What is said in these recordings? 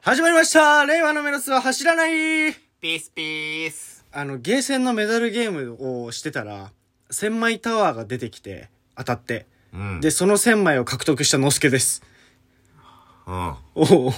始まりました。令和のメロスは走らない。 ピースピース。 ゲーセンのメダルゲームをしてたら、1000枚タワーが出てきて、当たって。 うん。 で、その1000枚を獲得したのすけです。 うん。 おお。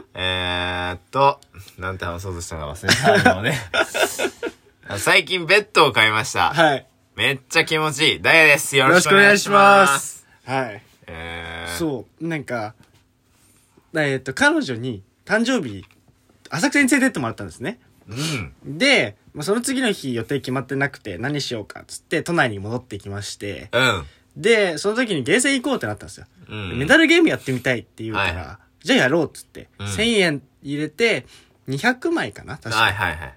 なんて話そうとしたのか忘れたのね。最近ベッドを買いました。 はい。 めっちゃ気持ちいい。ダイヤです。よろしくおお願い願いししまます。 す。はい。そう、なんか、彼女に誕生日、浅草に連れてってもらったんですね。 うん。 で、その次の日予定決まってなくて何しようかっつって都内に戻ってきまして、 うん。 で、その時にゲーセン行こうってなったんですよ。 うん。 メダルゲームやってみたいって言うから、 はじゃあやろうっつって、 うん 1000円入れて200枚かな確か。 はいはいはい。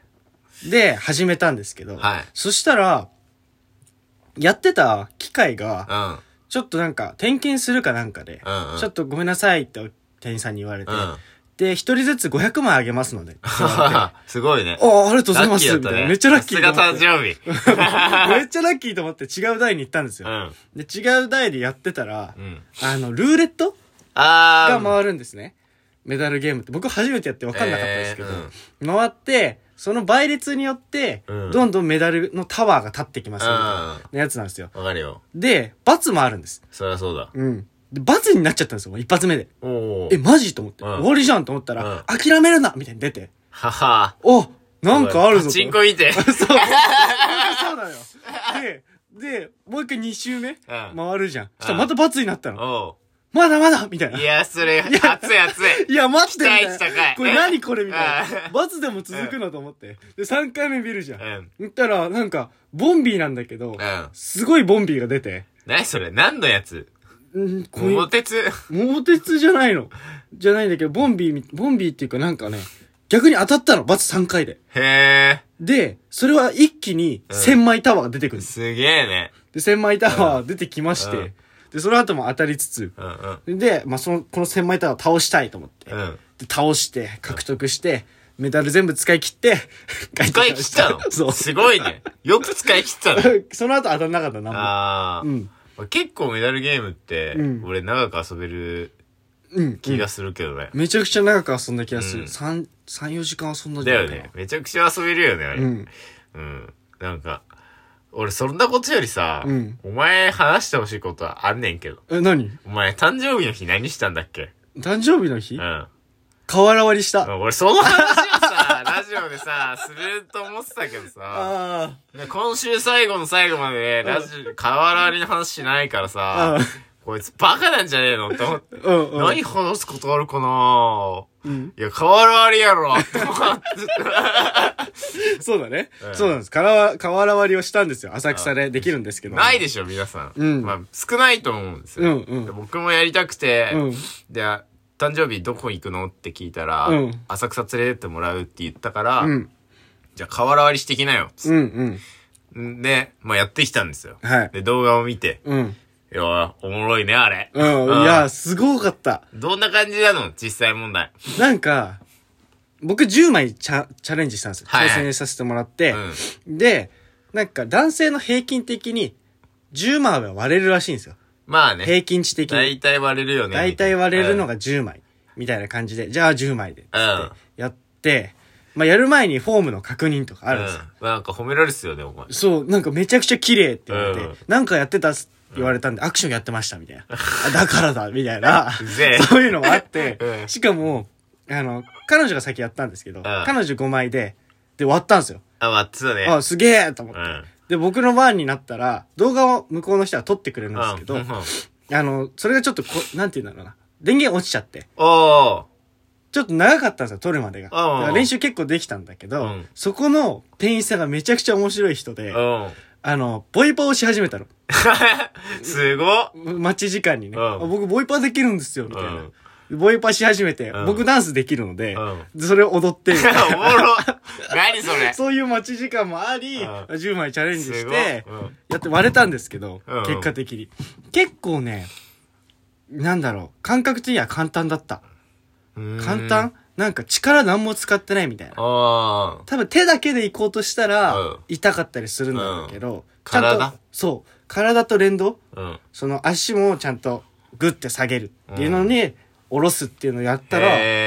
で、始めたんですけど、 はい。 そしたら、やってた機械が、 うん。 ちょっとなんか点検するかなんかで、 うんうん。 ちょっとごめんなさいって店員さんに言われて、 うん。 で、一人ずつ500枚あげますので。 すごいね。 ああ、ありがとうございラッます。 キーだったね。 みたいな。めっちゃラッキーと思さって。 すが誕生日。 めっちゃラッキーと思って違う台に行ったんですよ。 うん。 で、違う台でやってたらう、ん。 ルーレットがー。 回るんですね。メダルゲームって。僕初めてやって分かんなかったですけど、 うん回って、その倍率によって、 うんどんどんメダルのタワーが立ってきますよ、みたいうんなやつなんですよ。 わかるよ。 で、罰もあるんです。 そりゃそうだ。 うん。で、罰になっちゃったんですよ、一発目で。 おー。 マジと思って。 うん終わりじゃんと思ったら、諦めるなみたいに出て。 はは。 おなんかあるぞと。 パチンコ見て。 そうだよ。で、もう一回2周目、回るじゃん。そしたらまた罰になったの。 おまだまだみたいな。 いや、それ、熱い熱い。 いや、待ってみたいな。 期待値高いこれ何これみたいな。 うん罰でも続くのと思って。で、3回目見るじゃん。 うん。 言ったら、なんか、ボンビーなんだけど、 うん。 すごいボンビーが出て。 何それ何のやつこういう桃鉄桃鉄じゃないの。じゃないんだけど、ボンビーっていうかなんかね、逆に当たったの、罰3回で。 へで、それは一気に1000枚タワーが出てくるー。すげえね。 で、1000枚タワー出てきまして、で、その後も当たりつつ、 うんで、この1000枚タワー倒したいと思って、 うん。うん。 で、倒して、獲得して、メダル全部使い切って、帰って使いきました切っのそう。 すごいね。よく使い切ったの。 その後当たんなかったな、 あー。 うん。 結構メダルゲームってうん、 俺長く遊べるうん。 気がするけどね。 めちゃくちゃ長く遊んだ気がする。 うん 3、4時間遊んだんじゃないかな。 だよね。めちゃくちゃ遊べるよね、あれ。 うん。 うん。なんか、俺そんなことよりさうん、 お前話してほしいことあんねんけど。 何お前誕生日の日何したんだっけ？ 誕生日の日うん。 瓦割りした。 俺その話をさ、ラジオでさ、すると思ってたけどさ、 あ今週最後の最後まで、瓦割りの話しないからさ、こいつバカなんじゃねえのって思って。 うんうん。 何話すことあるかなうん。 いや、瓦割りやろって思って。 そうだね。 うんそうなんです。瓦割りをしたんですよ。浅草でできるんですけど。 ないでしょ、皆さん。 うんまあ、少ないと思うんですよ。 うんうんで僕もやりたくて、 うん。 で、誕生日どこ行くのって聞いたら、 うん浅草連れてってもらうって言ったから、 うん。 じゃあ瓦割りしてきなよ。つっうんうん。 てんで、まあやってきたんですよ。 はい。 で、動画を見て、 うん。 いや、おもろいね、あれ。 うん。いや、すごかった。 どんな感じなの実際問題。 なんか、僕10枚チャレンジしたんですよ。 はいはい挑戦させてもらってう。ん。 で、なんか男性の平均的に10枚は割れるらしいんですよ。 まあね。 平均値的に。 大体割れるよね。 大体割れるのが。 が10枚。みたいな感じで、じゃあ10枚で。つってうん。 やって、まあ、やる前にフォームの確認とかあるんですよ。 うん。なんか褒められてたよね、お前。 そう、なんかめちゃくちゃ綺麗って言われて、 うんなんかやってたって言われたんで、アクションやってました、みたいな。あだからだ、みたいな。 うぜえ。 そういうのもあって、 うんしかも、彼女が先やったんですけど、 ん彼女5枚で終わったんですよ。 あ、割ってたね。 あ、すげえと思って。 うん。 で、僕の番になったら、動画を向こうの人が撮ってくれるんですけど、 うん。 それがちょっとなんて言うんだろうな。電源落ちちゃって、 おー。 ちょっと長かったんですよ、撮るまでが。だうんから練習結構できたんだけど、 うんそこの店員さんがめちゃくちゃ面白い人で、 うん。 ボイパをし始めたの。 すごっ。 待ち時間にね。 うんあ僕、ボイパできるんですよ、みたいな。 うんボイパし始めて、 うん僕ダンスできるので、 うんでそれを踊って、 おもろ。何それ。 そういう待ち時間もあり、 うん 10枚チャレンジしすごいて、 うんやって割れたんですけど、 うん結果的に。結構ね、なんだろう、感覚的には簡単だった。簡単なんか力何も使ってないみたいな。 あ多分手だけで行こうとしたらうん、 痛かったりするんだけど、 うんちゃんと体そう、体と連動あ。うん。 その足もちゃんとグッて下げるっていうのに、下ろすっていうのをやったら、 へ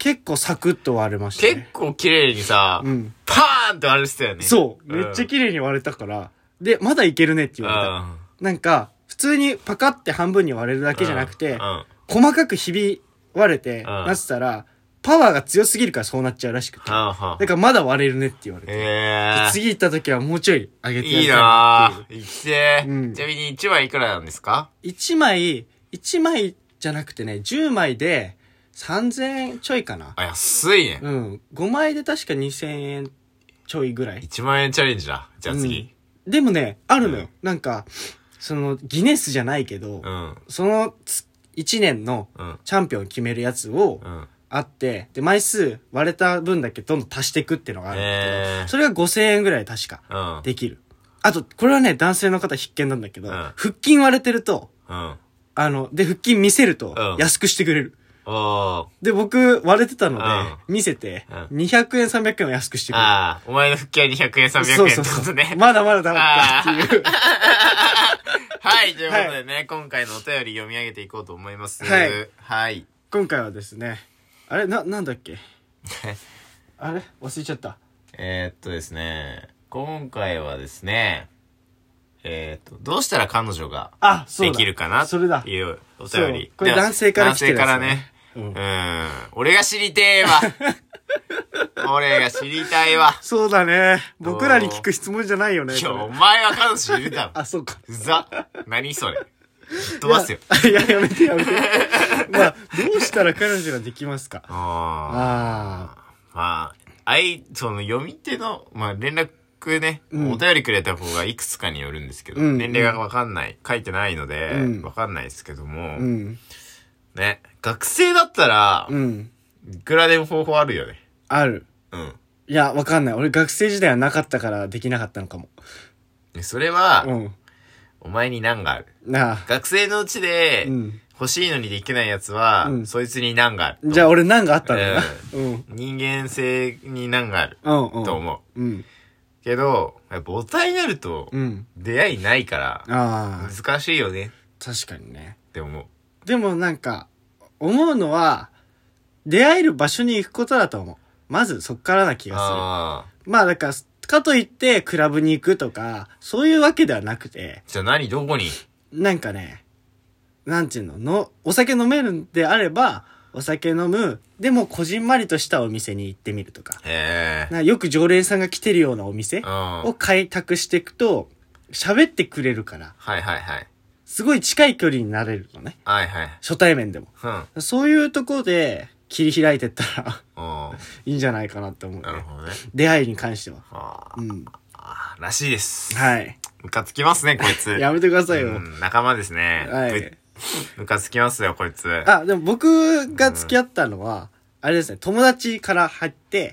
結構サクッと割れましたね。 結構綺麗にさ、パーンって割れてたよね。 そう。めっちゃ綺麗に割れたから。で、まだいけるねって言われた。なんか、普通にパカって半分に割れるだけじゃなくて、細かくひび割れて、なってたら、パワーが強すぎるからそうなっちゃうらしくて。だからまだ割れるねって言われて。次行った時はもうちょい上げてやりたいなっていう。 いいなぁ。きてー。ちなみに1枚いくらなんですか？ 1 枚じゃなくてね、10枚で3000円ちょいかな。 あ、安いね。 5枚で確か2000円ちょいぐらい。 1万円チャレンジだ。じゃあ次。 でもね、あるのよ。なんか、ギネスじゃないけど、その1年のチャンピオン決めるやつを、あって、で、枚数割れた分だけどんどん足していくっていうのがあるんだけど、それが5000円ぐらい確かできる。あと、これはね、男性の方必見なんだけど、腹筋割れてると、で、腹筋見せると安くしてくれる。で、僕割れてたので、見せて、200円300円を安くしてくれる。 お前の腹筋は200円300円ってことね。 そうまだまだダメだっていう。 はい、ということでね、今回のお便り読み上げていこうと思います。はい。 今回はですね、あれなんだっけあれ忘れちゃった。 ですね、今回はですね、どうしたら彼女ができるかなっていうお便り。 これ男性から来てるやつ、 男性からね。俺が知りてーわ。俺が知りたいわ。 そうだね。僕らに聞く質問じゃないよね。 いや、お前は彼女いるだろ。 あ、そうか。 うざ。何それ。飛ばすよ。 いや、やめて。まあ、どうしたら彼女ができますか。 まあ、読み手の、連絡ね、お便りくれた方がいくつかによるんですけど、年齢がわかんない、書いてないので、わかんないですけども、ね、学生だったら、いくらでも方法あるよね。 ある。いや、わかんない。俺学生時代はなかったからできなかったのかも。 それは、お前に難がある。学生のうちで、欲しいのにできないやつは、そいつに難がある。 じゃあ俺難があったんだな。 人間性に難がある。と思う。けど、やっぱ大人になると、出会いないから、難しいよね。 確かにね。 って思う。 でもなんか、思うのは、出会える場所に行くことだと思う。まずそっからな気がする。まあだから、かといってクラブに行くとか、そういうわけではなくて。 じゃあどこに？なんかね、なんていうの、お酒飲めるんであれば、お酒飲む、でもこじんまりとしたお店に行ってみるとか。よく常連さんが来てるようなお店を開拓していくと、喋ってくれるから。すごい近い距離になれるのね。初対面でも。そういうところで切り開いてったらいいんじゃないかなって思う、ね。なるほどね。出会いに関しては。 らしいです。ムカつきますね、こいつ。 やめてくださいよ。 仲間ですね。ムカつきますよ、こいつ。 でも僕が付き合ったのは、あれですね、友達から入って、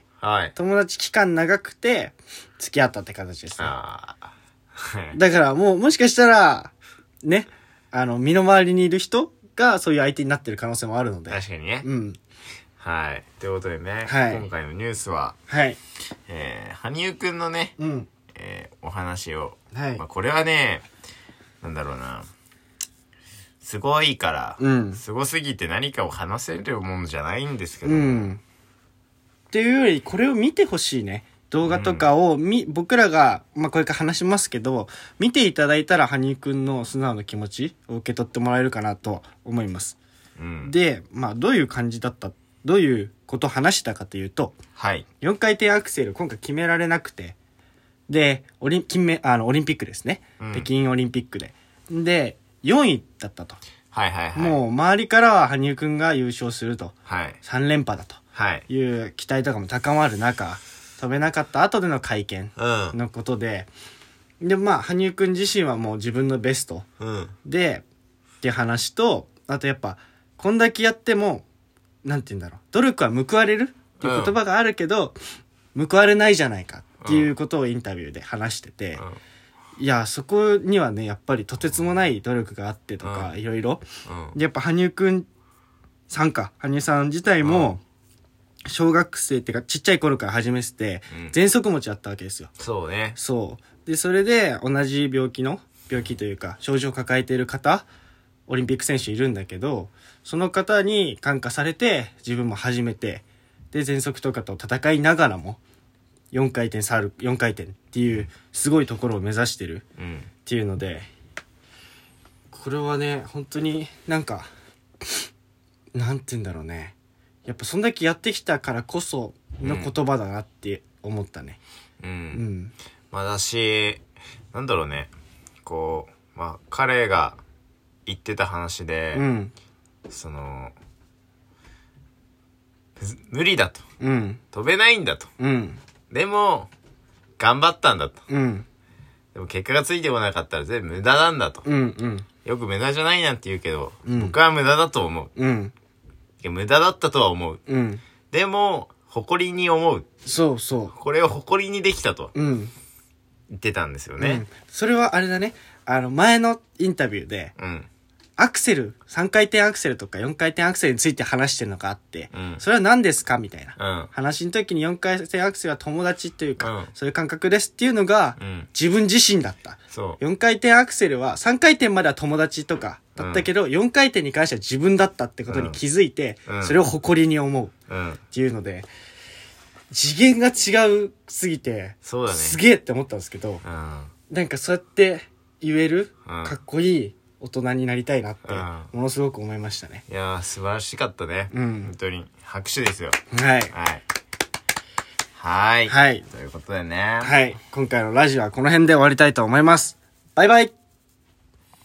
友達期間長くて、付き合ったって形ですね。だからもしかしたら、ね、身の回りにいる人がそういう相手になってる可能性もあるので。 確かにね。はい。ということでね、今回のニュースは、羽生くんのね、お話を、これはね、なんだろうな、すごいから、すごすぎて何かを話せるものじゃないんですけど、っていうよりこれを見てほしいね。動画とかを僕らが、これから話しますけど、見ていただいたら羽生くんの素直な気持ちを受け取ってもらえるかなと思います。で、どういう感じだった、どういうことを話したかというと、4回転アクセル今回決められなくて、で、オリンピックですね。北京オリンピックで。で、4位だったと。もう周りからは羽生くんが優勝すると。3連覇だと。いう期待とかも高まる中、飛べなかった後での会見のことで、で、羽生くん自身はもう自分のベストで、っていう話と、あとやっぱ、こんだけやっても、なんて言うんだろう、努力は報われるっていう言葉があるけど、報われないじゃないかっていうことをインタビューで話してて、いや、そこにはね、やっぱりとてつもない努力があってとか、いろいろ。やっぱ羽生さん自体も、小学生っていうかちっちゃい頃から始めてて、喘息持ちだったわけですよ。そうね。そう。で、それで同じ病気というか、症状を抱えている方、オリンピック選手いるんだけど、その方に感化されて、自分も始めて、 で、全速とかと戦いながらも、4回転っていうすごいところを目指してるっていうので、これはね、本当になんか、なんて言うんだろうね。やっぱそんだけやってきたからこその言葉だなって思ったね。 まあだし、なんだろうね。こう、まあ彼が言ってた話で、その、無理だと。飛べないんだと。でも、頑張ったんだと。でも結果がついてこなかったら全部無駄なんだと。よく無駄じゃないなんて言うけど、僕は無駄だと思う。無駄だったとは思う。でも、誇りに思う。 そうそう。 これを誇りにできたと。言ってたんですよね。 それはあれだね。前のインタビューで、アクセル、3回転アクセルとか4回転アクセルについて話してるのがあって、それは何ですかみたいな、話の時に4回転アクセルは友達というか、そういう感覚ですっていうのが、自分自身だった。4回転アクセルは、3回転までは友達とかだったけど、4回転に関しては自分だったってことに気づいて、それを誇りに思うっていうので、次元が違うすぎて、すげえって思ったんですけど、なんかそうやって言える、かっこいい大人になりたいなって、ものすごく思いましたね。 いやー、素晴らしかったね。本当に。拍手ですよ。はい。ということでね。 今回のラジオはこの辺で終わりたいと思います。バイバイ。